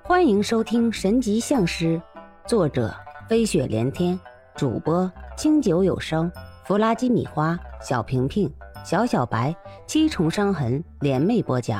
欢迎收听《神级相师》，作者飞雪连天，主播清酒有声，弗拉基米花，小平平，小小白，七重伤痕联袂播讲。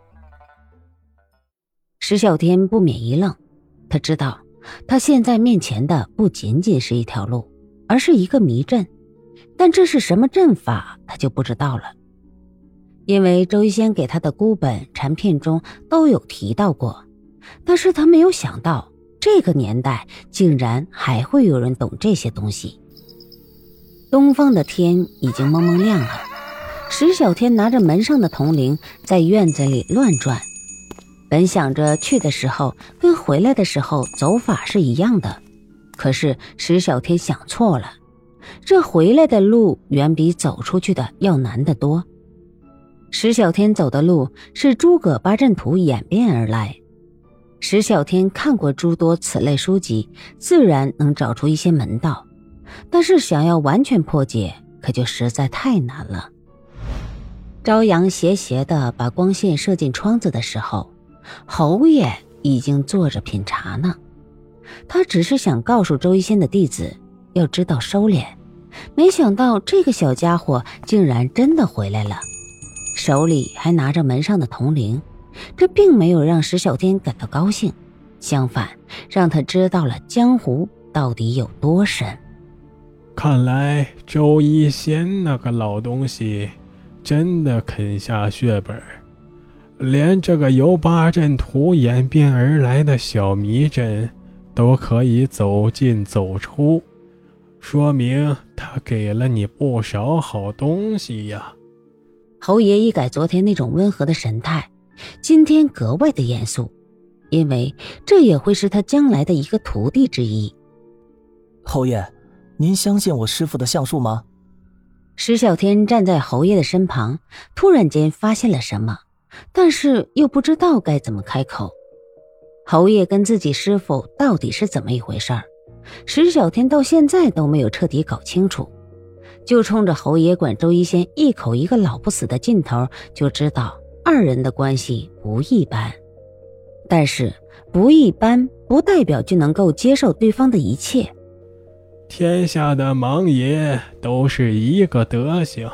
石小天不免一愣，他知道他现在面前的不仅仅是一条路，而是一个迷阵，但这是什么阵法他就不知道了。因为周一仙给他的孤本禅片中都有提到过，但是他没有想到这个年代竟然还会有人懂这些东西。东方的天已经蒙蒙亮了，石小天拿着门上的铜铃在院子里乱转，本想着去的时候跟回来的时候走法是一样的，可是石小天想错了，这回来的路远比走出去的要难得多。石小天走的路是诸葛八阵图演变而来，石小天看过诸多此类书籍，自然能找出一些门道，但是想要完全破解可就实在太难了。朝阳斜斜地把光线射进窗子的时候，侯爷已经坐着品茶呢。他只是想告诉周一仙的弟子要知道收敛，没想到这个小家伙竟然真的回来了，手里还拿着门上的铜铃。这并没有让石小天感到高兴，相反让他知道了江湖到底有多深。 看来周一仙那个老东西真的啃下血本，连这个由八阵图演变而来的小迷阵都可以走进走出，说明他给了你不少好东西呀。 侯爷一改昨天那种温和的神态，今天格外的严肃，因为这也会是他将来的一个徒弟之一。 侯爷，您相信我师父的相术吗？ 石小天站在侯爷的身旁，突然间发现了什么，但是又不知道该怎么开口。侯爷跟自己师父到底是怎么一回事儿，石小天到现在都没有彻底搞清楚，就冲着侯爷管周一仙一口一个老不死的劲头，就知道二人的关系不一般。但是不一般不代表就能够接受对方的一切。 天下的盲爷都是一个德行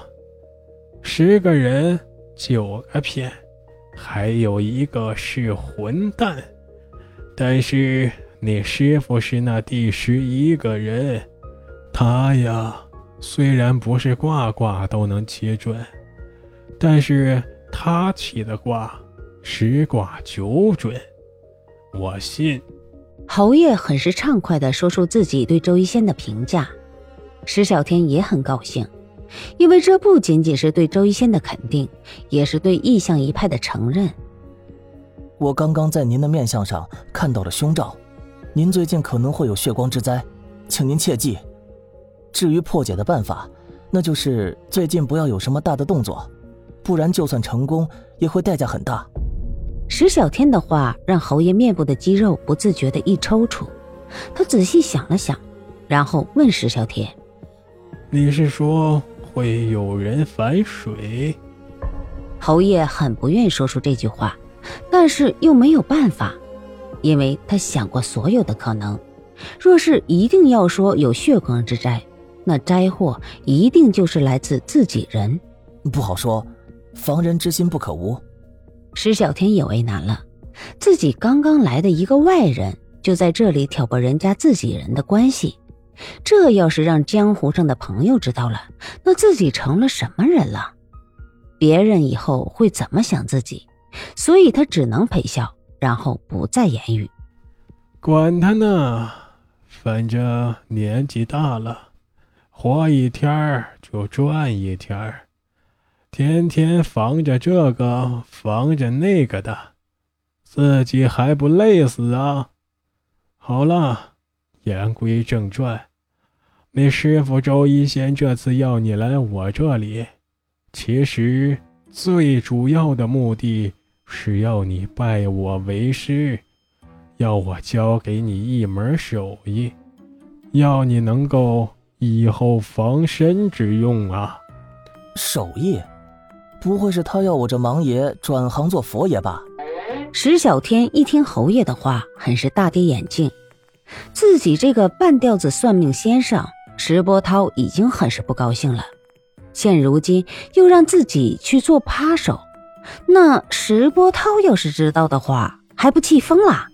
，10个人9个骗，还有一个是混蛋。但是你师父是那第11个人，他呀虽然不是卦卦都能起准，但是他起的卦10卦9准，我信。 侯爷很是畅快地说出自己对周一仙的评价，石小天也很高兴，因为这不仅仅是对周一仙的肯定，也是对异象一派的承认。 我刚刚在您的面相上看到了凶兆，您最近可能会有血光之灾，请您切记。至于破解的办法，那就是最近不要有什么大的动作，不然就算成功也会代价很大。 石小天的话让侯爷面部的肌肉不自觉地一抽搐，他仔细想了想，然后问石小天： 你是说会有人反水？ 侯爷很不愿意说出这句话，但是又没有办法，因为他想过所有的可能，若是一定要说有血光之灾，那灾祸一定就是来自自己人。 不好说，防人之心不可无。 石小天也为难了，自己刚刚来的一个外人就在这里挑拨人家自己人的关系，这要是让江湖上的朋友知道了，那自己成了什么人了？别人以后会怎么想自己？所以他只能陪笑，然后不再言语。 管他呢，反正年纪大了，活一天就赚一天，天天防着这个防着那个的，自己还不累死啊？好了，言归正传，你师父周一仙这次要你来我这里，其实最主要的目的是要你拜我为师，要我教给你一门手艺，要你能够以后防身之用啊。 手艺？不会是他要我这盲爷转行做佛爷吧？ 石小天一听侯爷的话，很是大跌眼镜。自己这个半吊子算命先生石波涛已经很是不高兴了，现如今又让自己去做扒手，那石波涛要是知道的话，还不气疯了？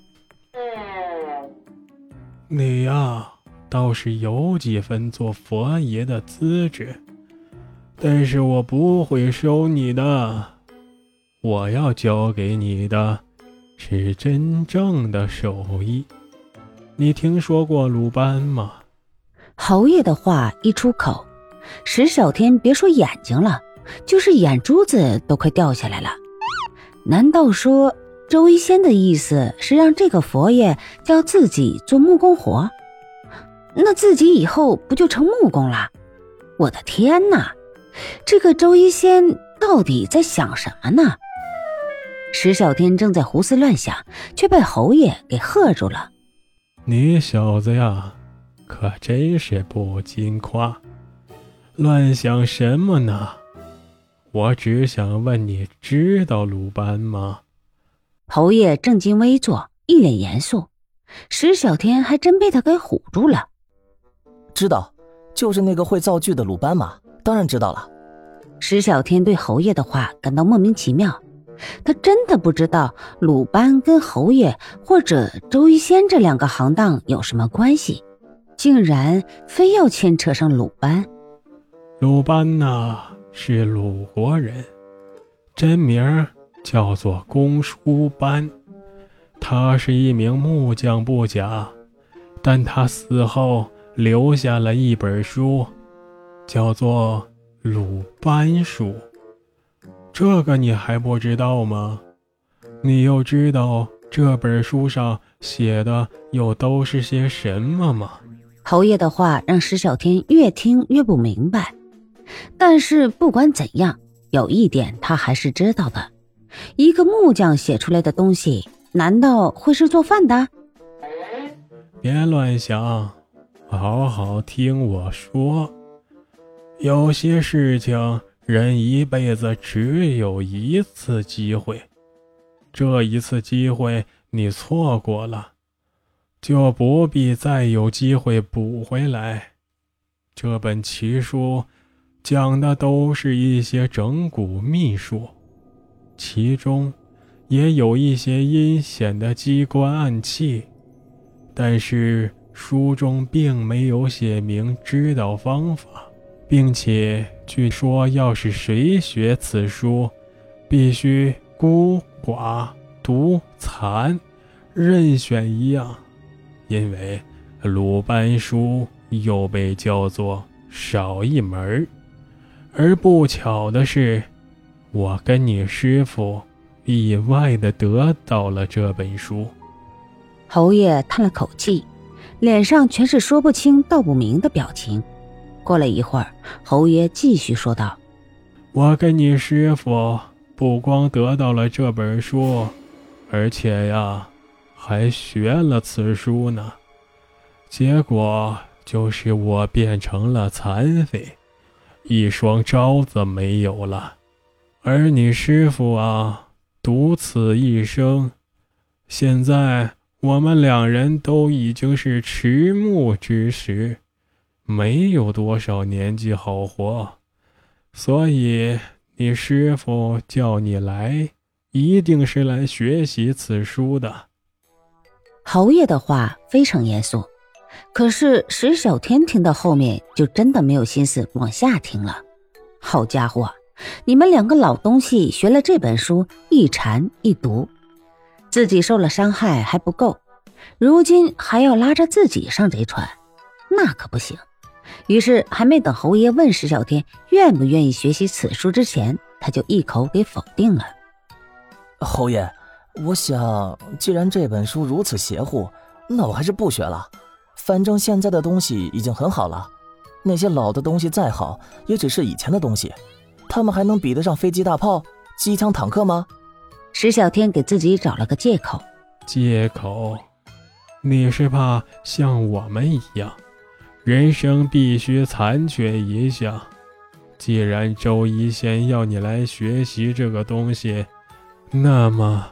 你呀，倒是有几分做佛爷的资质，但是我不会收你的。我要教给你的是真正的手艺。你听说过鲁班吗？ 侯爷的话一出口，石小天别说眼睛了，就是眼珠子都快掉下来了。难道说周一仙的意思是让这个佛爷教自己做木工活？那自己以后不就成木工了？我的天哪，这个周一仙到底在想什么呢？石小天正在胡思乱想，却被侯爷给喝住了。 你小子呀，可真是不禁夸，乱想什么呢？我只想问你，知道鲁班吗？ 侯爷正襟危坐，一脸严肃，石小天还真被他给唬住了。 知道，就是那个会造句的鲁班嘛，当然知道了。 石小天对侯爷的话感到莫名其妙，他真的不知道鲁班跟侯爷或者周一仙这两个行当有什么关系，竟然非要牵扯上鲁班。 鲁班呐，是鲁国人，真名叫做公输班。他是一名木匠不假，但他死后留下了一本书，叫做《鲁班书》。这个你还不知道吗？你又知道这本书上写的又都是些什么吗？ 侯爷的话让石小天越听越不明白，但是不管怎样，有一点他还是知道的，一个木匠写出来的东西，难道会是做饭的？ 别乱想，好好听我说。有些事情人一辈子只有一次机会，这一次机会你错过了，就不必再有机会补回来。这本奇书讲的都是一些整蛊秘术，其中也有一些阴险的机关暗器，但是书中并没有写明指导方法，并且据说要是谁学此书，必须孤寡独残任选一样，因为鲁班书又被叫做少一门。而不巧的是，我跟你师父意外地得到了这本书。 侯爷叹了口气，脸上全是说不清道不明的表情。过了一会儿，侯爷继续说道： 我跟你师父不光得到了这本书，而且呀，还学了此书呢。结果就是我变成了残废，一双招子没有了。而你师父啊，独此一生。现在我们两人都已经是迟暮之时，没有多少年纪好活，所以你师父叫你来，一定是来学习此书的。 侯爷的话非常严肃，可是石小天听到后面就真的没有心思往下听了。好家伙，你们两个老东西学了这本书，一馋一读，自己受了伤害还不够，如今还要拉着自己上贼船，那可不行。于是还没等侯爷问石小天愿不愿意学习此书之前，他就一口给否定了。 侯爷，我想既然这本书如此邪乎，那我还是不学了。反正现在的东西已经很好了，那些老的东西再好，也只是以前的东西，他们还能比得上飞机大炮、机枪坦克吗？ 石小天给自己找了个借口。 借口？你是怕像我们一样，人生必须残缺一项。既然周一仙要你来学习这个东西，那么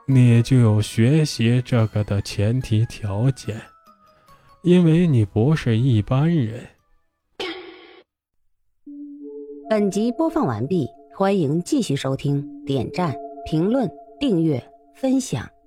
你就有学习这个的前提条件，因为你不是一般人。 本集播放完毕，欢迎继续收听，点赞、评论、订阅、分享。